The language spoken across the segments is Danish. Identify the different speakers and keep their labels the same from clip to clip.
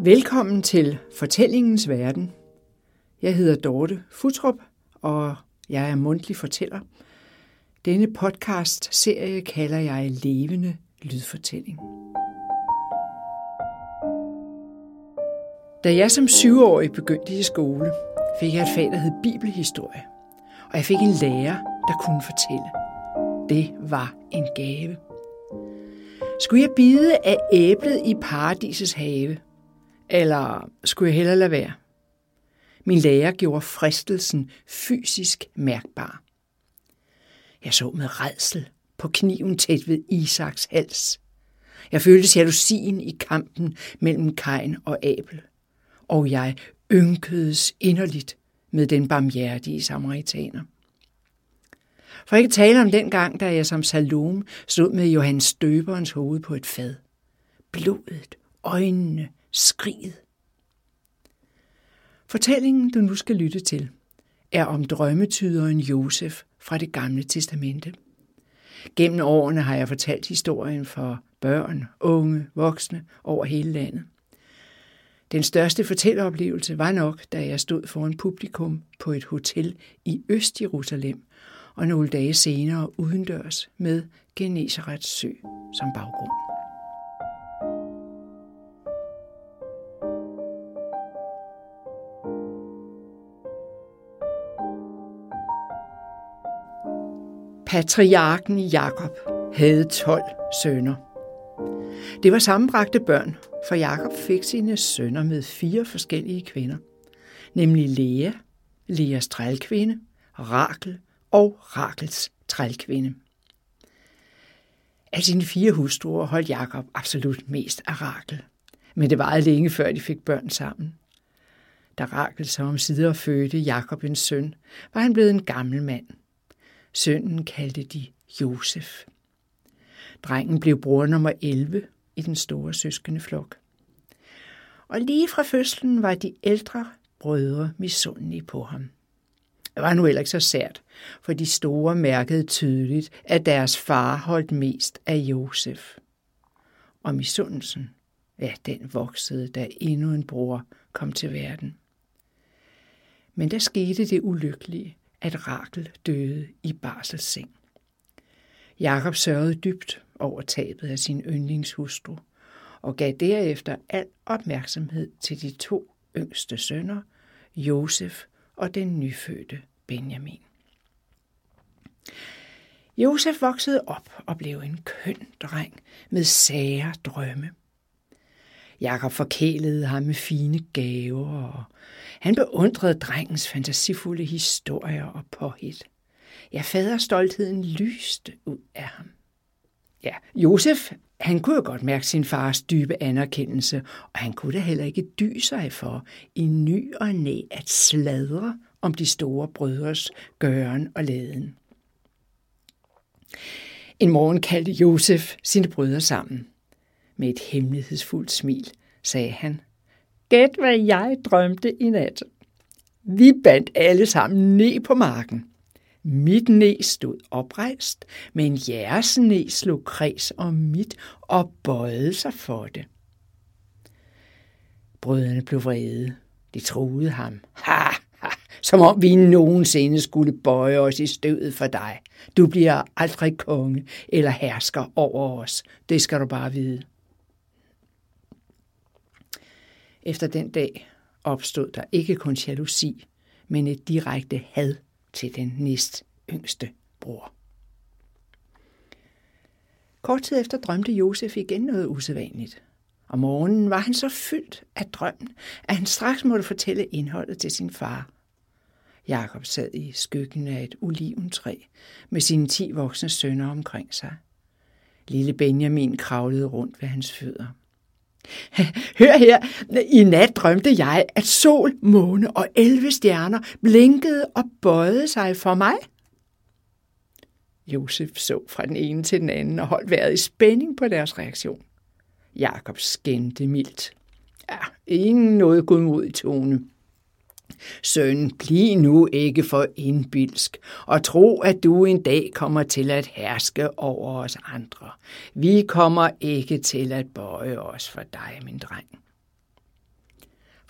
Speaker 1: Velkommen til Fortællingens Verden. Jeg hedder Dorte Futtrup, og jeg er mundtlig fortæller. Denne podcast-serie kalder jeg Levende Lydfortælling. Da jeg som 7-årig begyndte i skole, fik jeg et fag, der hed bibelhistorie. Og jeg fik en lærer, der kunne fortælle. Det var en gave. Skulle jeg bide af æblet i paradisets have? Eller skulle jeg hellere lade være? Min lærer gjorde fristelsen fysisk mærkbar. Jeg så med rædsel på kniven tæt ved Isaks hals. Jeg følte jalousien i kampen mellem Kain og Abel. Og jeg ynkedes inderligt med den barmhjertige samaritaner. For ikke tale om den gang, da jeg som Salome stod med Johannes Døberens hoved på et fad. Blodet, øjnene, skriget. Fortællingen, du nu skal lytte til, er om drømmetyderen Josef fra Det Gamle Testamente. Gennem årene har jeg fortalt historien for børn, unge, voksne over hele landet. Den største fortælleoplevelse var nok, da jeg stod foran publikum på et hotel i Øst-Jerusalem, og nogle dage senere udendørs med Genesarets sø som baggrund. Patriarken Jakob havde 12 sønner. Det var sammenbragte børn, for Jakob fik sine sønner med 4 forskellige kvinder, nemlig Lea, Leas trælkvinde, Rakel og Rakels trælkvinde. Af sine 4 hustruer holdt Jakob absolut mest af Rakel, men det varede længe før de fik børn sammen. Da Rakel så omsider fødte Jakob en søn, var han blevet en gammel mand. Sønnen kaldte de Josef. Drengen blev bror nummer 11 i den store søskendeflok. Og lige fra fødslen var de ældre brødre misundelige på ham. Det var nu heller ikke så sært, for de store mærkede tydeligt, at deres far holdt mest af Josef. Og misundelsen, den voksede, da endnu en bror kom til verden. Men der skete det ulykkelige, at Rakel døde i barselsseng. Jakob sørgede dybt over tabet af sin yndlingshustru og gav derefter al opmærksomhed til de 2 yngste sønner, Josef og den nyfødte Benjamin. Josef voksede op og blev en køn dreng med sære drømme. Jakob forkælede ham med fine gaver, og han beundrede drengens fantasifulde historier og påhit. Ja, faderstoltheden lyste ud af ham. Ja, Josef, han kunne jo godt mærke sin fars dybe anerkendelse, og han kunne da heller ikke dy sig for i ny og næ at sladre om de store brødres gøren og laden. En morgen kaldte Josef sine brødre sammen. Med et hemmelighedsfuldt smil sagde han: "Gæt, hvad jeg drømte i nat. Vi bandt alle sammen ned på marken. Mit næ stod oprejst, men jeres næ slog kreds om mit og bøjede sig for det." Brødrene blev vrede. De truede ham. Ha! Som om vi nogensinde skulle bøje os i støvet for dig. Du bliver aldrig konge eller hersker over os. Det skal du bare vide. Efter den dag opstod der ikke kun jalousi, men et direkte had til den næst yngste bror. Kort tid efter drømte Josef igen noget usædvanligt. Om morgenen var han så fyldt af drømmen, at han straks måtte fortælle indholdet til sin far. Jakob sad i skyggen af et oliventræ med sine 10 voksne sønner omkring sig. Lille Benjamin kravlede rundt ved hans fødder. "Hør her, i nat drømte jeg, at sol, måne og 11 stjerner blinkede og bøjede sig for mig." Josef så fra den ene til den anden og holdt vejret i spænding på deres reaktion. Jakob skæmte mildt. Ja, ingen noget godmodig tone. "Søn, bliv nu ikke for indbilsk, og tro, at du en dag kommer til at herske over os andre. Vi kommer ikke til at bøje os for dig, min dreng."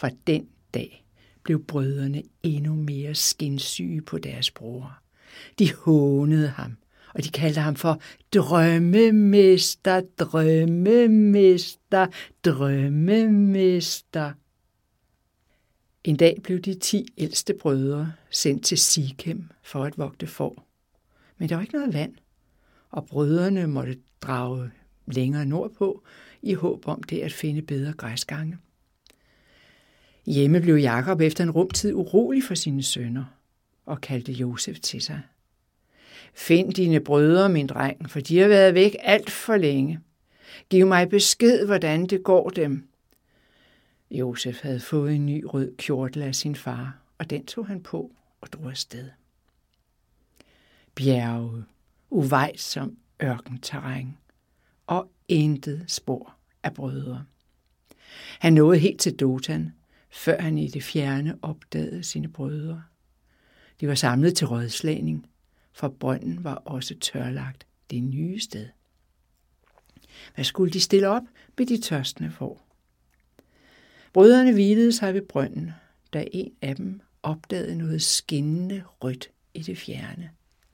Speaker 1: Fra den dag blev brødrene endnu mere skinsyge på deres bror. De hånede ham, og de kaldte ham for drømmemester, drømmemester, drømmemester. En dag blev de 10 ældste brødre sendt til Sikhem for at vogte får. Men der var ikke noget vand, og brødrene måtte drage længere nordpå i håb om det at finde bedre græsgange. Hjemme blev Jakob efter en rumtid urolig for sine sønner og kaldte Josef til sig. Find dine brødre, min dreng, for de har været væk alt for længe. Giv mig besked, hvordan det går dem. Josef havde fået en ny rød kjortel af sin far, og den tog han på og drog afsted. Bjerge, uvejsom ørkenterræn og intet spor af brødre. Han nåede helt til Dotan, før han i det fjerne opdagede sine brødre. De var samlet til rådslagning, for brønden var også tørlagt det nye sted. Hvad skulle de stille op ved de tørstende får? Brødrene hvilede sig ved brønden, da en af dem opdagede noget skinnende rødt i det fjerne.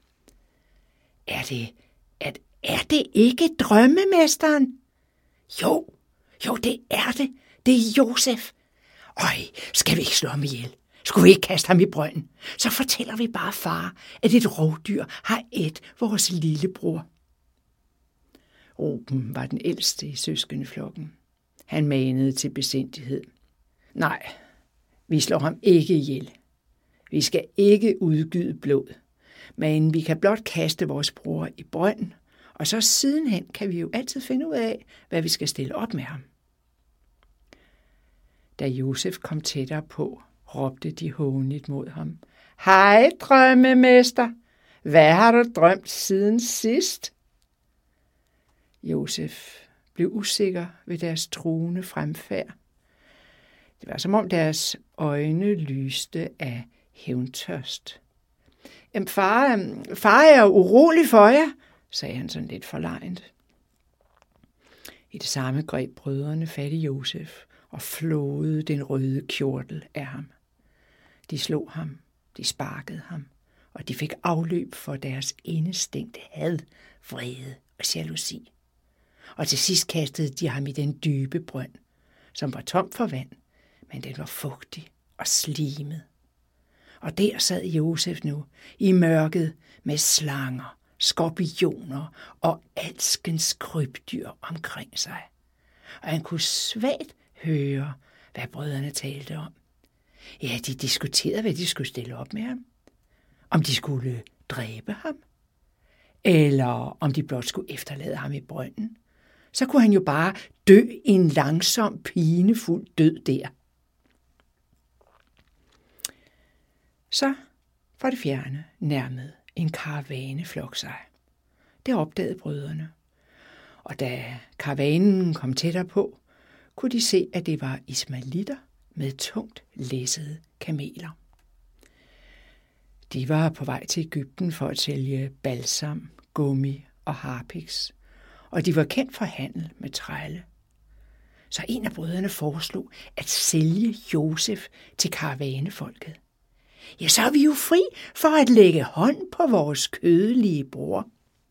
Speaker 1: Er det ikke drømmemesteren? Jo, det er det. Det er Josef. Skal vi ikke slå ham ihjel? Skulle vi ikke kaste ham i brønden? Så fortæller vi bare far, at et rovdyr har ædt vores lillebror. Ruben var den ældste i søskendeflokken. Han manede til besindighed. Nej, vi slår ham ikke ihjel. Vi skal ikke udgyde blod, men vi kan blot kaste vores bror i brønden, og så sidenhen kan vi jo altid finde ud af, hvad vi skal stille op med ham. Da Josef kom tættere på, råbte de hånligt mod ham. Hej, drømmemester! Hvad har du drømt siden sidst? Josef blev usikker ved deres truende fremfærd. Det var som om deres øjne lyste af hævntørst. Far er urolig for jer, sagde han sådan lidt forlegent. I det samme greb brødrene fat i Josef og flåede den røde kjortel af ham. De slog ham, de sparkede ham, og de fik afløb for deres indestængte had, vrede og jalousi. Og til sidst kastede de ham i den dybe brønd, som var tom for vand, men den var fugtig og slimet. Og der sad Josef nu i mørket med slanger, skorpioner og alskens krybdyr omkring sig. Og han kunne svagt høre, hvad brødrene talte om. Ja, de diskuterede, hvad de skulle stille op med ham. Om de skulle dræbe ham, eller om de blot skulle efterlade ham i brønden. Så kunne han jo bare dø en langsom, pinefuld død der. Så fra det fjerne nærmede en karavanneflok sig. Det opdagede brødrene. Og da karavanen kom tættere på, kunne de se, at det var ismailitter med tungt læssede kameler. De var på vej til Egypten for at sælge balsam, gummi og harpiks, og de var kendt for handel med trælle. Så en af brødrene foreslog at sælge Josef til karavanefolket. Ja, så er vi jo fri for at lægge hånd på vores kødelige bror.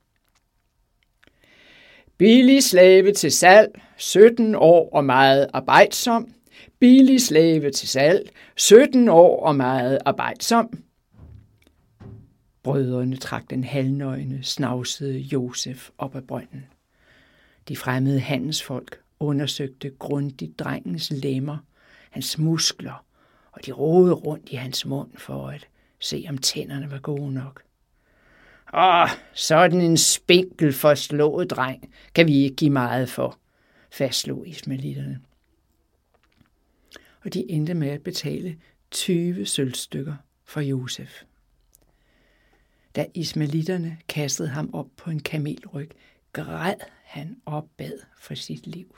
Speaker 1: Billig slave til salg, 17 år og meget arbejdsom. Billig slave til salg, 17 år og meget arbejdsom. Brødrene trak den halvnøgne, snavsede Josef op af brønden. De fremmede handelsfolk undersøgte grundigt drengens lemmer, hans muskler, og de rodede rundt i hans mund for at se, om tænderne var gode nok. Sådan en spinkel forslået dreng kan vi ikke give meget for, fastslog ismailitterne. Og de endte med at betale 20 sølvstykker for Josef. Da ismailitterne kastede ham op på en kamelryg, græd han og bad for sit liv.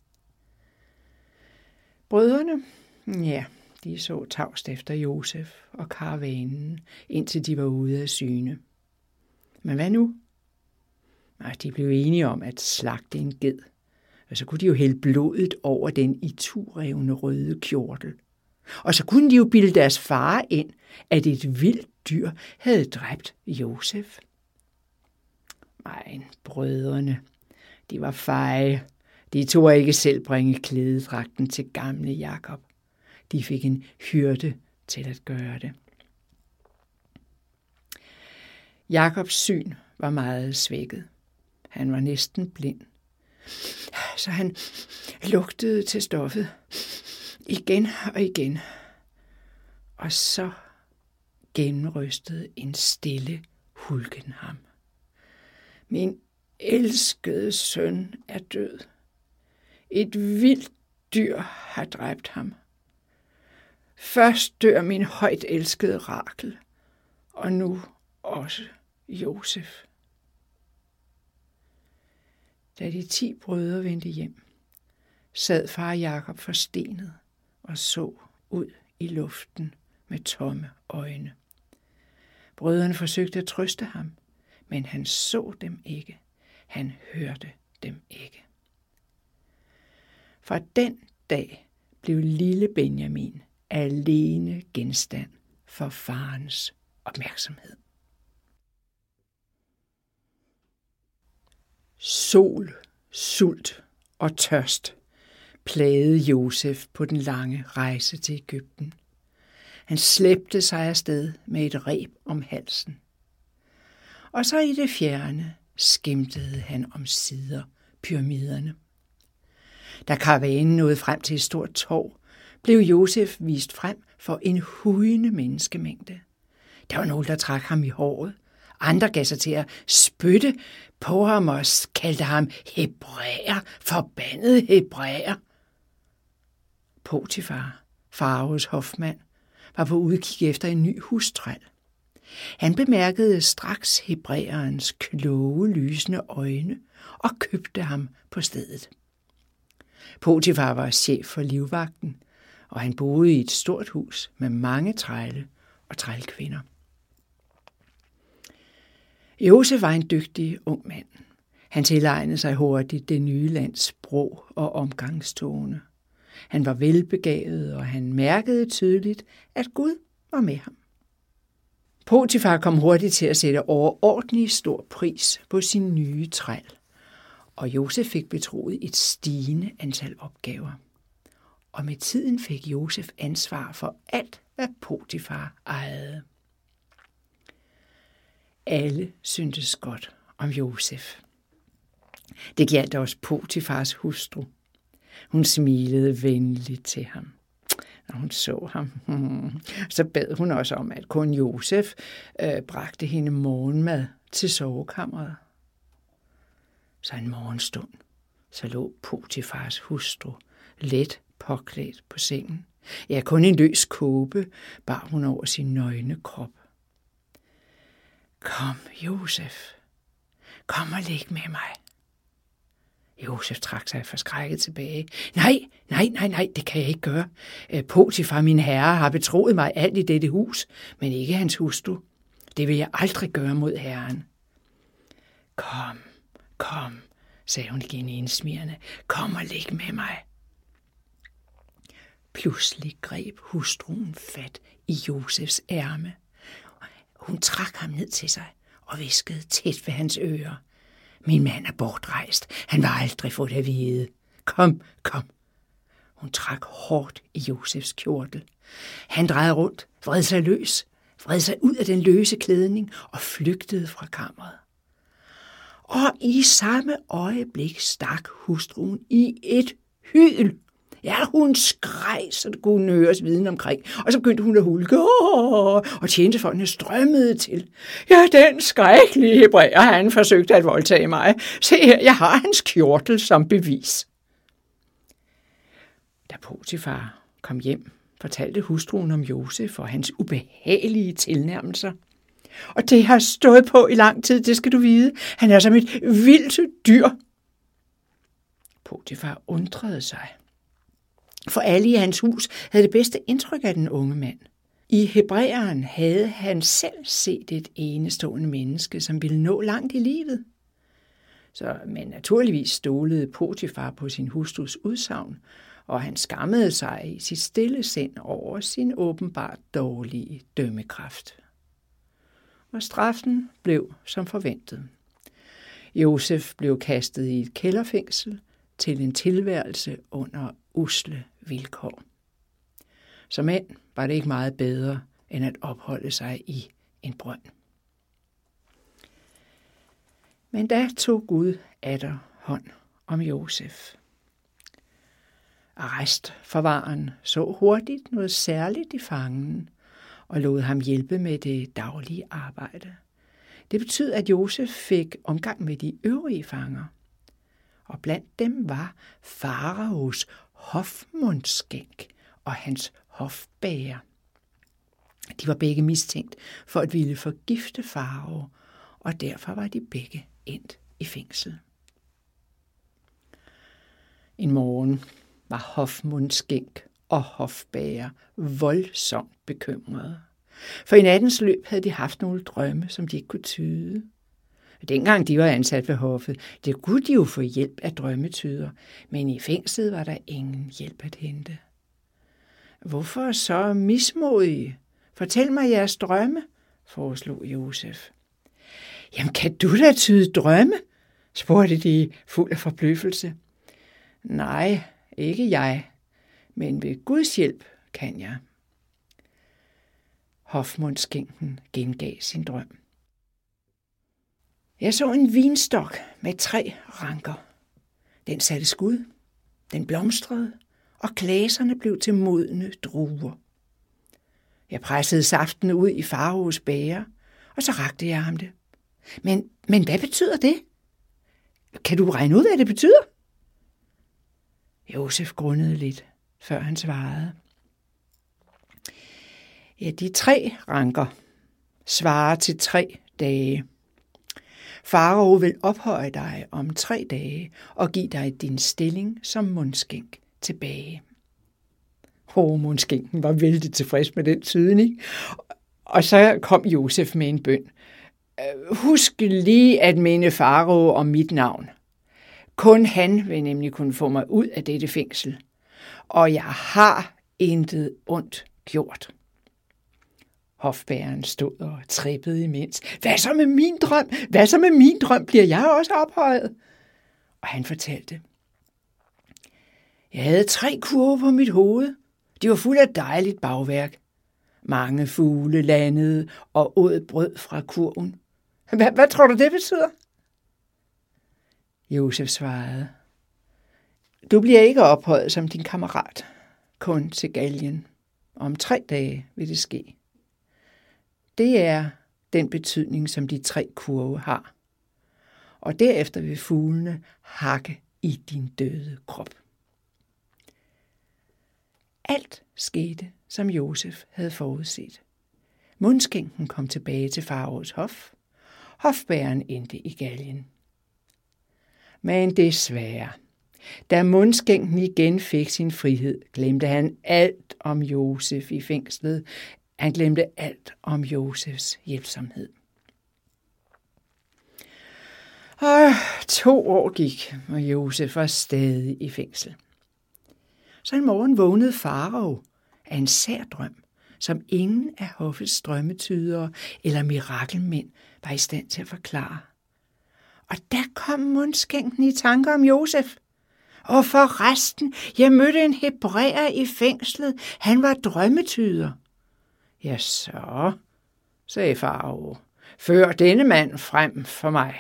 Speaker 1: Brødrene, ja, de så tavst efter Josef og karavanen, indtil de var ude af syne. Men hvad nu? De blev enige om at slagte en ged, og så kunne de jo hælde blodet over den iturevne røde kjortel. Og så kunne de jo bilde deres far ind, at et vildt dyr havde dræbt Josef. Men brødrene, de var feje. De tog ikke selv bringe klædedragten til gamle Jakob. De fik en hyrde til at gøre det. Jakobs syn var meget svækket. Han var næsten blind. Så han lugtede til stoffet igen og igen. Og så gennemrystede en stille hulken ham. Min elskede søn er død. Et vildt dyr har dræbt ham. Først dør min højt elskede Rakel, og nu også Josef. Da de 10 brødre vendte hjem, sad far Jakob forstenet og så ud i luften med tomme øjne. Brødrene forsøgte at trøste ham, men han så dem ikke. Han hørte dem ikke. Fra den dag blev lille Benjamin alene genstand for farens opmærksomhed. Sol, sult og tørst plagede Josef på den lange rejse til Egypten. Han slæbte sig afsted med et reb om halsen. Og så i det fjerne skimtede han omsider pyramiderne. Da karavanen nåede frem til et stort torv, blev Josef vist frem for en hujende menneskemængde. Der var nogen, der trak ham i håret. Andre gav sig til at spytte på ham og kaldte ham hebræer, forbandet hebræer. Potifar, faraos hofmand, var på udkig efter en ny hustræl. Han bemærkede straks hebræerens kloge, lysende øjne og købte ham på stedet. Potifar var chef for livvagten, og han boede i et stort hus med mange trælle og trælkvinder. Josef var en dygtig ung mand. Han tilegnede sig hurtigt det nye lands sprog og omgangstone. Han var velbegavet, og han mærkede tydeligt, at Gud var med ham. Potifar kom hurtigt til at sætte overordentlig stor pris på sin nye træl, og Josef fik betroet et stigende antal opgaver. Og med tiden fik Josef ansvar for alt, hvad Potifar ejede. Alle syntes godt om Josef. Det gjaldt også Potifars hustru. Hun smilede venligt til ham. Når hun så ham, så bad hun også om, at kun Josef bragte hende morgenmad til sovekammeret. Så en morgenstund, så lå Potifars hustru let påklædt på sengen. Ja, kun en løs kåbe bar hun over sin nøgne krop. Kom, Josef, kom og lig med mig. Josef trak sig forskrækket tilbage. Nej, det kan jeg ikke gøre. Potifar, min herre, har betroet mig alt i dette hus, men ikke hans hustru. Det vil jeg aldrig gøre mod herren. Kom, sagde hun igen indsmirrende. Kom og lig med mig. Pludselig greb hustruen fat i Josefs ærme. Hun trak ham ned til sig og hviskede tæt ved hans ører. Min mand er bortrejst. Han var aldrig fået at vide. Kom. Hun trak hårdt i Josefs kjortel. Han drejede rundt, vred sig ud af den løse klædning og flygtede fra kammeret. Og i samme øjeblik stak hustruen i et hyl. Ja, hun skreg, så det kunne høres viden omkring, og så begyndte hun at hulke, og tjenestefolkene strømmede til. Ja, den skrækkelige hebræer, han forsøgte at voldtage mig. Se her, jeg har hans kjortel som bevis. Da Potifar kom hjem, fortalte hustruen om Josef og hans ubehagelige tilnærmelser. Og det har stået på i lang tid, det skal du vide. Han er som et vildt dyr. Potifar undrede sig. For alle i hans hus havde det bedste indtryk af den unge mand. I hebræeren havde han selv set et enestående menneske, som ville nå langt i livet. Men naturligvis stolede Potifar på sin hustrus udsagn, og han skammede sig i sit stille sind over sin åbenbart dårlige dømmekraft. Og straffen blev som forventet. Josef blev kastet i et kælderfængsel til en tilværelse under usle vilkår. Som mænd var det ikke meget bedre end at opholde sig i en brønd. Men da tog Gud atter hånd om Josef. Arrestforvareren så hurtigt noget særligt i fangen og lod ham hjælpe med det daglige arbejde. Det betød, at Josef fik omgang med de øvrige fanger, og blandt dem var faraos hofmundskænk og hans hofbager. De var begge mistænkt for at ville forgifte farao, og derfor var de begge endt i fængsel. En morgen var hofmundskænk og hofbager voldsomt bekymrede. For i nattens løb havde de haft nogle drømme, som de ikke kunne tyde. Dengang de var ansat ved hoffet, det kunne de jo få hjælp af drømmetyder, men i fængslet var der ingen hjælp at hente. Hvorfor så mismodige? Fortæl mig jeres drømme, foreslog Josef. Jamen, kan du da tyde drømme? Spurgte de fuld af forbløffelse. Nej, ikke jeg, men ved Guds hjælp kan jeg. Hofmundskænken gengav sin drøm. Jeg så en vinstok med 3 ranker. Den satte skud, den blomstrede, og glaserne blev til modne druer. Jeg pressede saften ud i faraos bæger, og så rakte jeg ham det. Men hvad betyder det? Kan du regne ud, hvad det betyder? Josef grundede lidt, før han svarede. Ja, de 3 ranker svarer til 3 dage. Farao vil ophøje dig om 3 dage og give dig din stilling som mundskænk tilbage. Mundskænken var vældig tilfreds med den tydning, og så kom Josef med en bøn. Husk lige at minde farao om mit navn. Kun han vil nemlig kunne få mig ud af dette fængsel, og jeg har intet ondt gjort. Hofbæreren stod og trippede imens. Hvad så med min drøm? Hvad så med min drøm? Bliver jeg også ophøjet? Og han fortalte. Jeg havde 3 kurve på mit hoved. De var fulde af dejligt bagværk. Mange fugle landede og åd brød fra kurven. Hvad tror du, det betyder? Josef svarede. Du bliver ikke ophøjet som din kammerat, kun til galgen. Om 3 dage vil det ske. Det er den betydning, som de 3 kurve har. Og derefter vil fuglene hakke i din døde krop. Alt skete, som Josef havde forudset. Mundskænken kom tilbage til faraos hof. Hofbæreren endte i galgen. Men desværre, da mundskænken igen fik sin frihed, glemte han alt om Josef i fængslet. Han glemte alt om Josefs hjælpsomhed. Og 2 år gik, og Josef var stadig i fængsel. Så en morgen vågnede farao af en sær drøm, som ingen af hoffets drømmetydere eller mirakelmænd var i stand til at forklare. Og der kom mundskænken i tanker om Josef. Og for resten, jeg mødte en hebræer i fængslet. Han var drømmetyder. Ja, så, sagde farao, før denne mand frem for mig.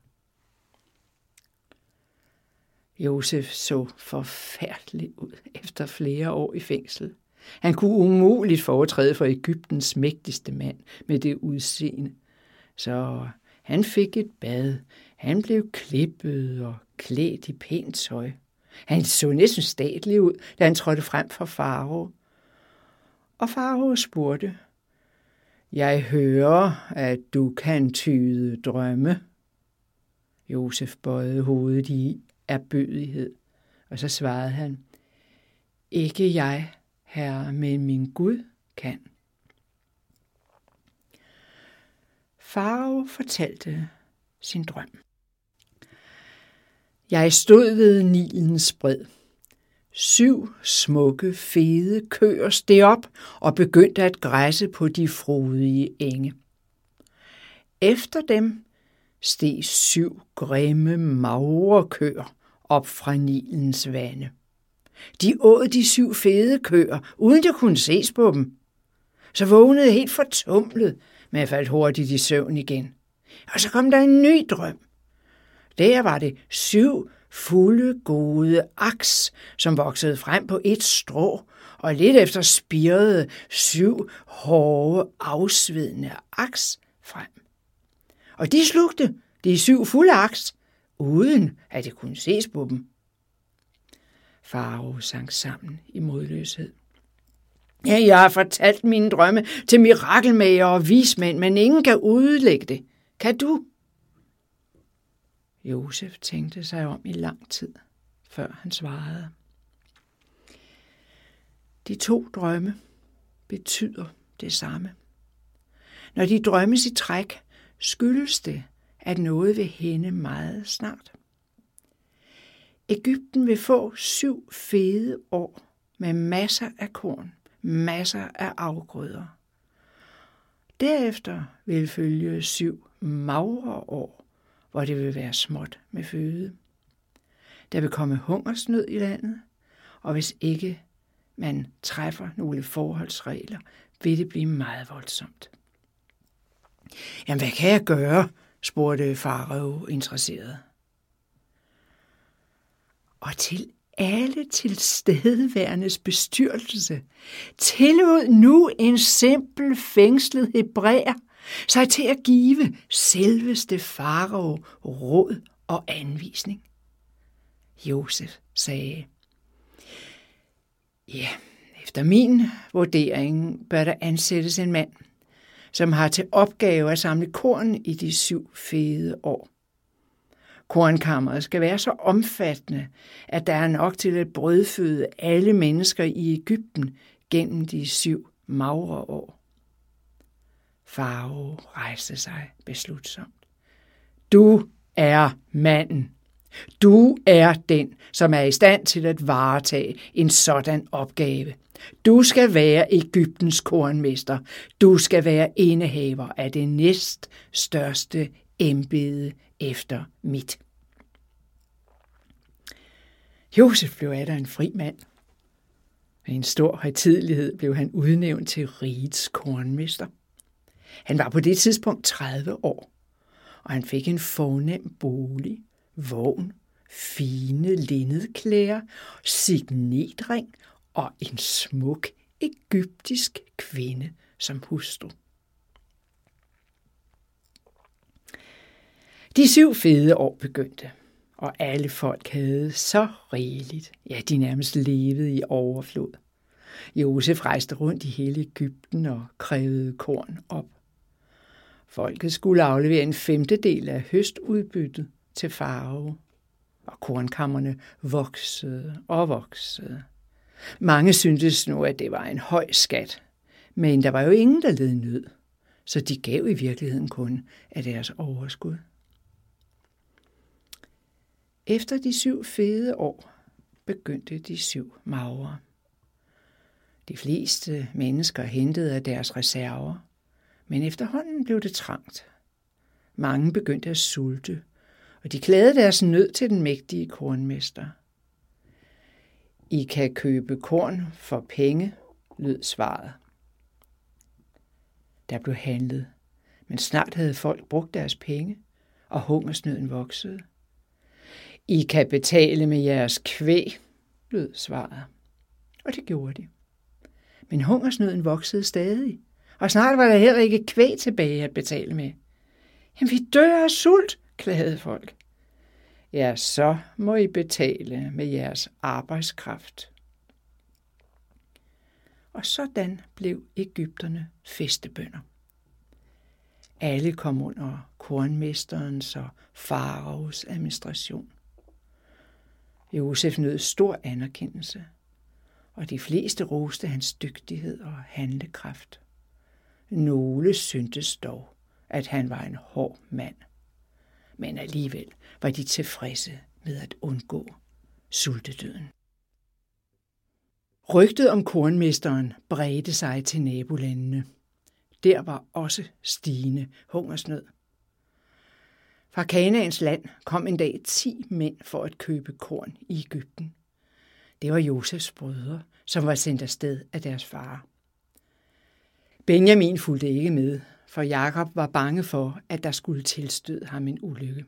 Speaker 1: Josef så forfærdelig ud efter flere år i fængsel. Han kunne umuligt foretræde for Egyptens mægtigste mand med det udseende. Så han fik et bad. Han blev klippet og klædt i pænt tøj. Han så næsten statlig ud, da han trådte frem for farao. Og farao spurgte, jeg hører, at du kan tyde drømme. Josef bøjede hovedet i ærbødighed, og så svarede han, ikke jeg, herre, men min Gud kan. Farao fortalte sin drøm. Jeg stod ved Nilens bred. 7 smukke, fede køer steg op og begyndte at græsse på de frodige enge. Efter dem steg 7 grimme, magre køer op fra Nilens vande. De åd de 7 fede køer, uden det kunne ses på dem. Så vågnede helt fortumlet, men faldt hurtigt i søvn igen. Og så kom der en ny drøm. Der var det 7 fulde, gode aks, som voksede frem på et strå, og lidt efter spirede 7 hårde, afsvedende aks frem. Og de slugte de 7 fulde aks, uden at det kunne ses på dem. Farao sank sammen i modløshed. Ja, jeg har fortalt mine drømme til mirakelmager og vismænd, men ingen kan udlægge det. Kan du? Josef tænkte sig om i lang tid, før han svarede. De 2 drømme betyder det samme. Når de drømmes i træk, skyldes det, at noget vil hænde meget snart. Egypten vil få 7 fede år med masser af korn, masser af afgrøder. Derefter vil følge 7 magre år, hvor det vil være småt med føde. Der vil komme hungersnød i landet, og hvis ikke man træffer nogle forholdsregler, vil det blive meget voldsomt. Jamen, hvad kan jeg gøre? Spurgte farao interesseret. Og til alle tilstedeværendes bestyrtelse tillod nu en simpel fængslet hebræer sig til at give selveste farao råd og anvisning. Josef sagde, ja, efter min vurdering bør der ansættes en mand, som har til opgave at samle korn i de 7 fede år. Kornkammeret skal være så omfattende, at der er nok til at brødføde alle mennesker i Egypten gennem de 7 magre år. Farao rejste sig beslutsomt. Du er manden. Du er den, som er i stand til at varetage en sådan opgave. Du skal være Egyptens kornmester. Du skal være indehaver af det næststørste embede efter mit. Josef blev atter en fri mand. Med en stor højtidelighed blev han udnævnt til rigets kornmester. Han var på det tidspunkt 30 år, og han fik en fornem bolig, vogn, fine linnedklæder, signetring og en smuk egyptisk kvinde som hustru. De 7 fede år begyndte, og alle folk havde så rigeligt. Ja, de nærmest levede i overflod. Josef rejste rundt i hele Egypten og krævede korn op. Folket skulle aflevere en 1/5 af høstudbyttet til farao, og kornkammerne voksede og voksede. Mange syntes nu, at det var en høj skat, men der var jo ingen, der led nød, så de gav i virkeligheden kun af deres overskud. Efter de 7 fede år begyndte de 7 magre. De fleste mennesker hentede af deres reserver, men efterhånden blev det trangt. Mange begyndte at sulte, og de klagede deres nød til den mægtige kornmester. I kan købe korn for penge, lød svaret. Der blev handlet, men snart havde folk brugt deres penge, og hungersnøden voksede. I kan betale med jeres kvæg, lød svaret. Og det gjorde de. Men hungersnøden voksede stadig, og snart var der heller ikke kvæg tilbage at betale med. Jamen, vi dør af sult, klagede folk. Ja, så må I betale med jeres arbejdskraft. Og sådan blev egypterne fæstebønder. Alle kom under kornmesterens og faraos administration. Josef nød stor anerkendelse, og de fleste roste hans dygtighed og handlekraft. Nogle syntes dog, at han var en hård mand, men alligevel var de tilfredse med at undgå sultedøden. Rygtet om kornmesteren bredte sig til nabolandene. Der var også stigende hungersnød. Fra Kanaans land kom en dag 10 mænd for at købe korn i Egypten. Det var Josefs brødre, som var sendt afsted af deres far. Benjamin fulgte ikke med, for Jakob var bange for, at der skulle tilstøde ham en ulykke.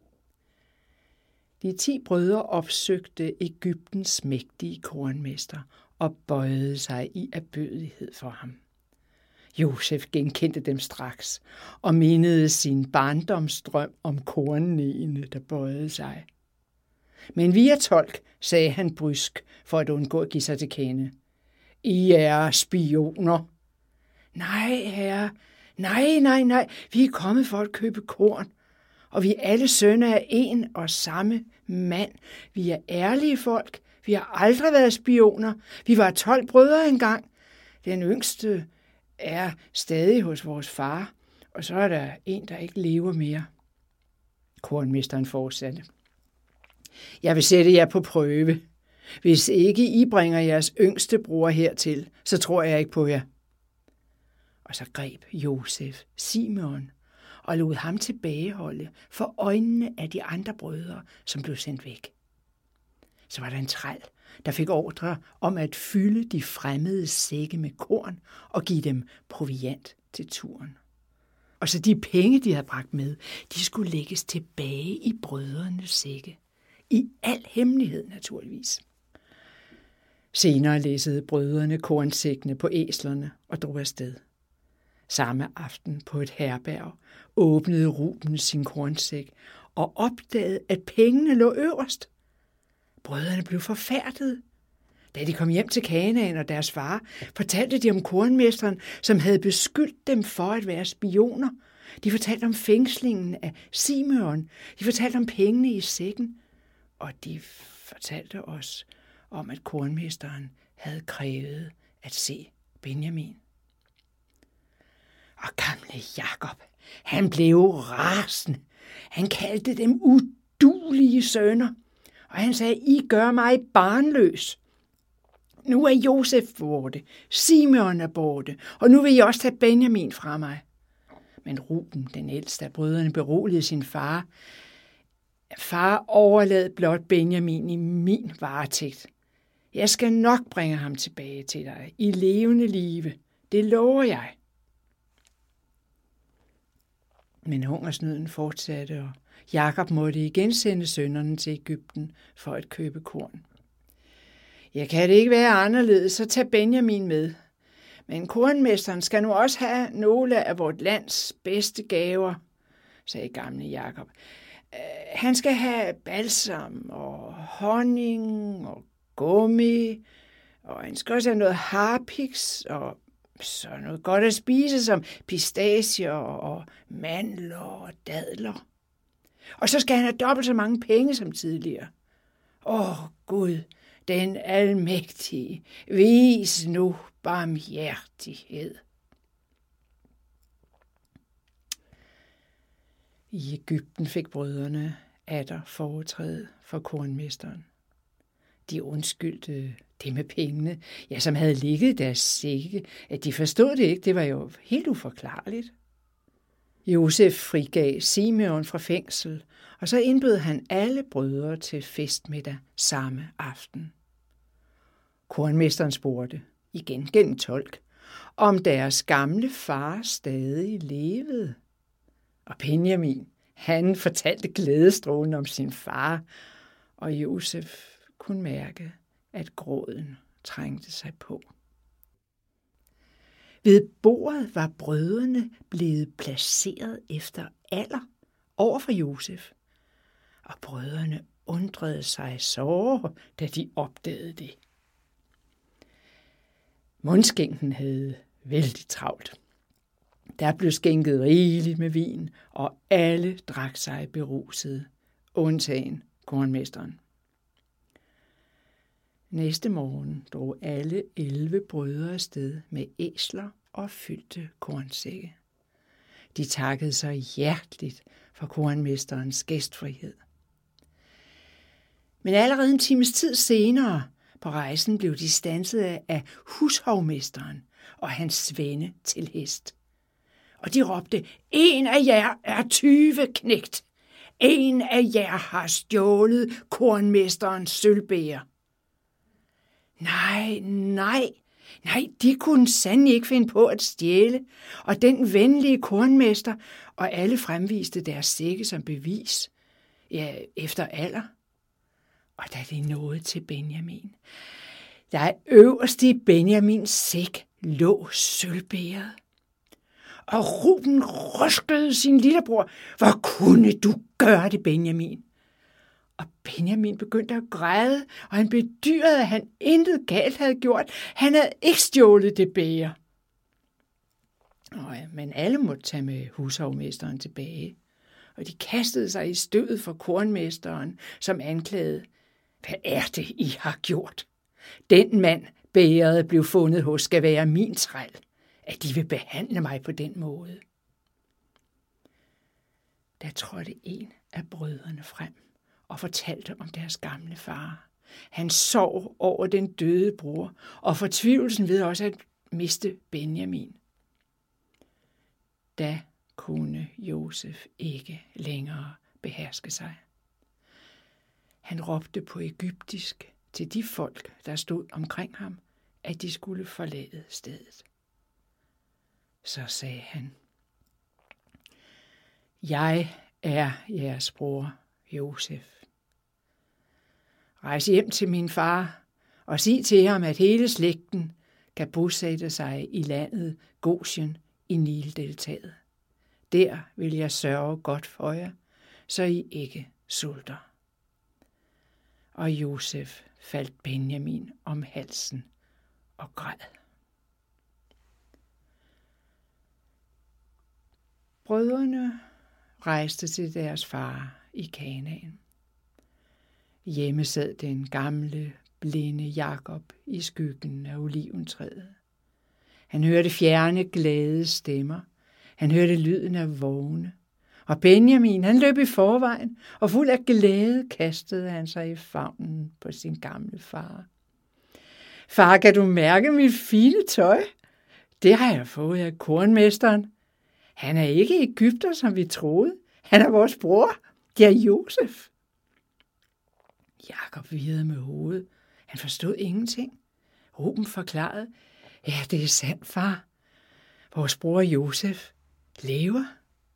Speaker 1: De 10 brødre opsøgte Egyptens mægtige kornmester og bøjede sig i ærbødighed for ham. Josef genkendte dem straks og mindede sin barndomsdrøm om kornnene, der bøjede sig. Men vi er tolk, sagde han brysk for at undgå at give sig til kende. I er spioner. Nej, herre. Nej. Vi er kommet for at købe korn. Og vi er alle sønner af en og samme mand. Vi er ærlige folk. Vi har aldrig været spioner. Vi var 12 brødre engang. Den yngste er stadig hos vores far, og så er der en, der ikke lever mere. Kornmesteren fortsatte. Jeg vil sætte jer på prøve. Hvis ikke I bringer jeres yngste bror hertil, så tror jeg ikke på jer. Og så greb Josef Simeon og lod ham tilbageholde for øjnene af de andre brødre, som blev sendt væk. Så var der en træl, der fik ordre om at fylde de fremmede sække med korn og give dem proviant til turen. Og så de penge, de havde bragt med, de skulle lægges tilbage i brødrenes sække. I al hemmelighed naturligvis. Senere læssede brødrene kornsækkene på æslerne og drog afsted. Samme aften på et herberg åbnede Ruben sin kornsæk og opdagede, at pengene lå øverst. Brødrene blev forfærdede. Da de kom hjem til Kanaan og deres far, fortalte de om kornmesteren, som havde beskyldt dem for at være spioner. De fortalte om fængslingen af Simeon. De fortalte om pengene i sækken. Og de fortalte os om, at kornmesteren havde krævet at se Benjamin. Og gamle Jakob, han blev rasende. Han kaldte dem uduelige sønner. Og han sagde, I gør mig barnløs. Nu er Josef borte, Simeon er borte, og nu vil I også tage Benjamin fra mig. Men Ruben, den ældste af brødrene, beroligede sin far. Far, overlad blot Benjamin i min varetægt. Jeg skal nok bringe ham tilbage til dig i levende live. Det lover jeg. Men hungersnøden fortsatte, og Jakob måtte igen sende sønnerne til Egypten for at købe korn. Jeg kan det ikke være anderledes, så tag Benjamin med. Men kornmesteren skal nu også have nogle af vort lands bedste gaver, sagde gamle Jakob. Han skal have balsam og honning og gummi, og han skal også have noget harpiks og så noget godt at spise som pistacier og mandler og dadler. Og så skal han have dobbelt så mange penge som tidligere. Gud, den almægtige, vis nu barmhjertighed. I Egypten fik brødrene atter foretræde for kornmesteren. De undskyldte det med pengene, som havde ligget i deres sække, at de forstod det ikke. Det var jo helt uforklarligt. Josef frigav Simeon fra fængsel, og så indbød han alle brødre til festmiddag samme aften. Kornmesteren spurgte, igen gennem tolk, om deres gamle far stadig levede. Og Benjamin, han fortalte glædestrålen om sin far, og Josef kunne mærke, at gråden trængte sig på. Ved bordet var brødrene blevet placeret efter alder over for Josef, og brødrene undrede sig såre, da de opdagede det. Mundskænken havde vældig travlt. Der blev skænket rigeligt med vin, og alle drak sig berusede, undtagen kornmesteren. Næste morgen drog alle 11 brødre afsted med æsler og fyldte kornsække. De takkede sig hjerteligt for kornmesterens gæstfrihed. Men allerede en times tid senere På rejsen blev de standset af hushovmesteren og hans svende til hest. Og de råbte, en af jer er tyveknægt. En af jer har stjålet kornmesterens sølvbæger. Nej, de kunne sandelig ikke finde på at stjæle, og den venlige kornmester og alle fremviste deres sække som bevis, ja, efter alder. Og da de nåede til Benjamin, der øverst i Benjamins sæk lå sølvbægeret. Og Ruben ruskede sin lillebror. Hvor kunne du gøre det, Benjamin? Og Benjamin begyndte at græde, og han bedyrede, at han intet galt havde gjort. Han havde ikke stjålet det bæger. Men alle måtte tage med hushovmesteren tilbage, og de kastede sig i støvet for kornmesteren, som anklagede, hvad er det, I har gjort? Den mand, bægeret blev fundet hos, skal være min træl, at de vil behandle mig på den måde. Der trådte en af brødrene frem og fortalte om deres gamle far. Han sov over den døde bror og fortvivlelsen ved også at miste Benjamin. Da kunne Josef ikke længere beherske sig. Han råbte på egyptisk til de folk, der stod omkring ham, at de skulle forlade stedet. Så sagde han, jeg er jeres bror Josef. Rejs hjem til min far og sig til ham, at hele slægten kan bosætte sig i landet Goshen i Nildeltaet. Der vil jeg sørge godt for jer, så I ikke sulter. Og Josef faldt Benjamin om halsen og græd. Brødrene rejste til deres far i Kanaan. Hjemme sad den gamle, blinde Jakob i skyggen af oliventræet. Han hørte fjerne, glade stemmer. Han hørte lyden af vogne. Og Benjamin, han løb i forvejen, og fuld af glæde kastede han sig i favnen på sin gamle far. Far, kan du mærke mit fine tøj? Det har jeg fået af kornmesteren. Han er ikke egypter, som vi troede. Han er vores bror. Det er Josef. Jakob virrede med hovedet. Han forstod ingenting. Ruben forklarede, ja, det er sandt, far. Vores bror Josef lever.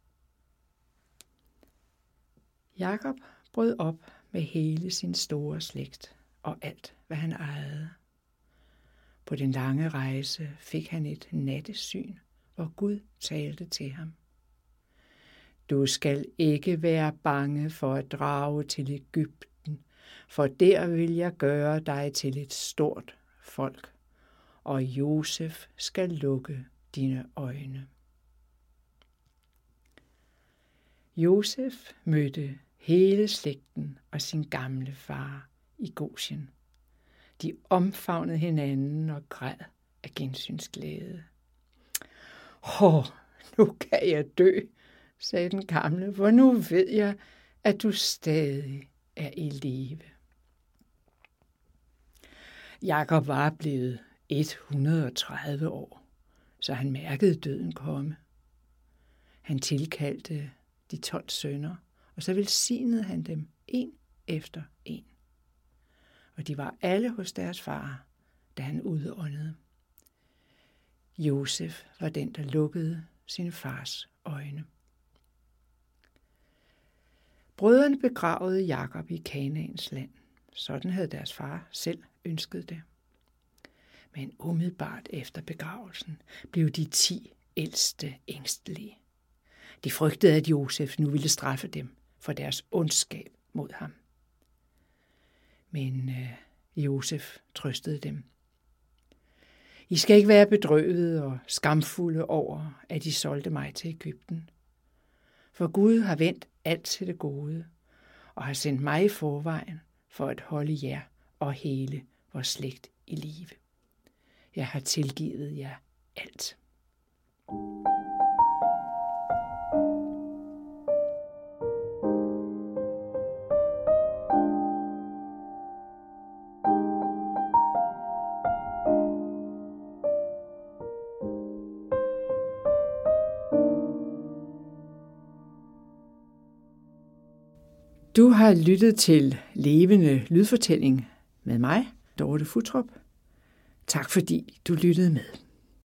Speaker 1: Jakob brød op med hele sin store slægt og alt, hvad han ejede. På den lange rejse fik han et nattesyn, hvor Gud talte til ham. Du skal ikke være bange for at drage til Egypten, for der vil jeg gøre dig til et stort folk, og Josef skal lukke dine øjne. Josef mødte hele slægten og sin gamle far i Goshen. De omfavnede hinanden og græd af gensynsglæde. Nu kan jeg dø, sagde den gamle, for nu ved jeg, at du stadig er i live. Jakob var blevet 130 år, så han mærkede døden komme. Han tilkaldte de 12 sønner, og så velsignede han dem en efter en. Og de var alle hos deres far, da han udåndede. Josef var den, der lukkede sin fars øjne. Brødrene begravede Jakob i Kanaans land. Sådan havde deres far selv ønsket det. Men umiddelbart efter begravelsen blev de 10 ældste ængstelige. De frygtede, at Josef nu ville straffe dem for deres ondskab mod ham. Men Josef trøstede dem. I skal ikke være bedrøvede og skamfulde over, at I solgte mig til Egypten. For Gud har vendt alt til det gode, og har sendt mig i forvejen for at holde jer og hele vores slægt i live. Jeg har tilgivet jer alt. Du har lyttet til Levende Lydfortælling med mig, Dorte Futtrup. Tak fordi du lyttede med.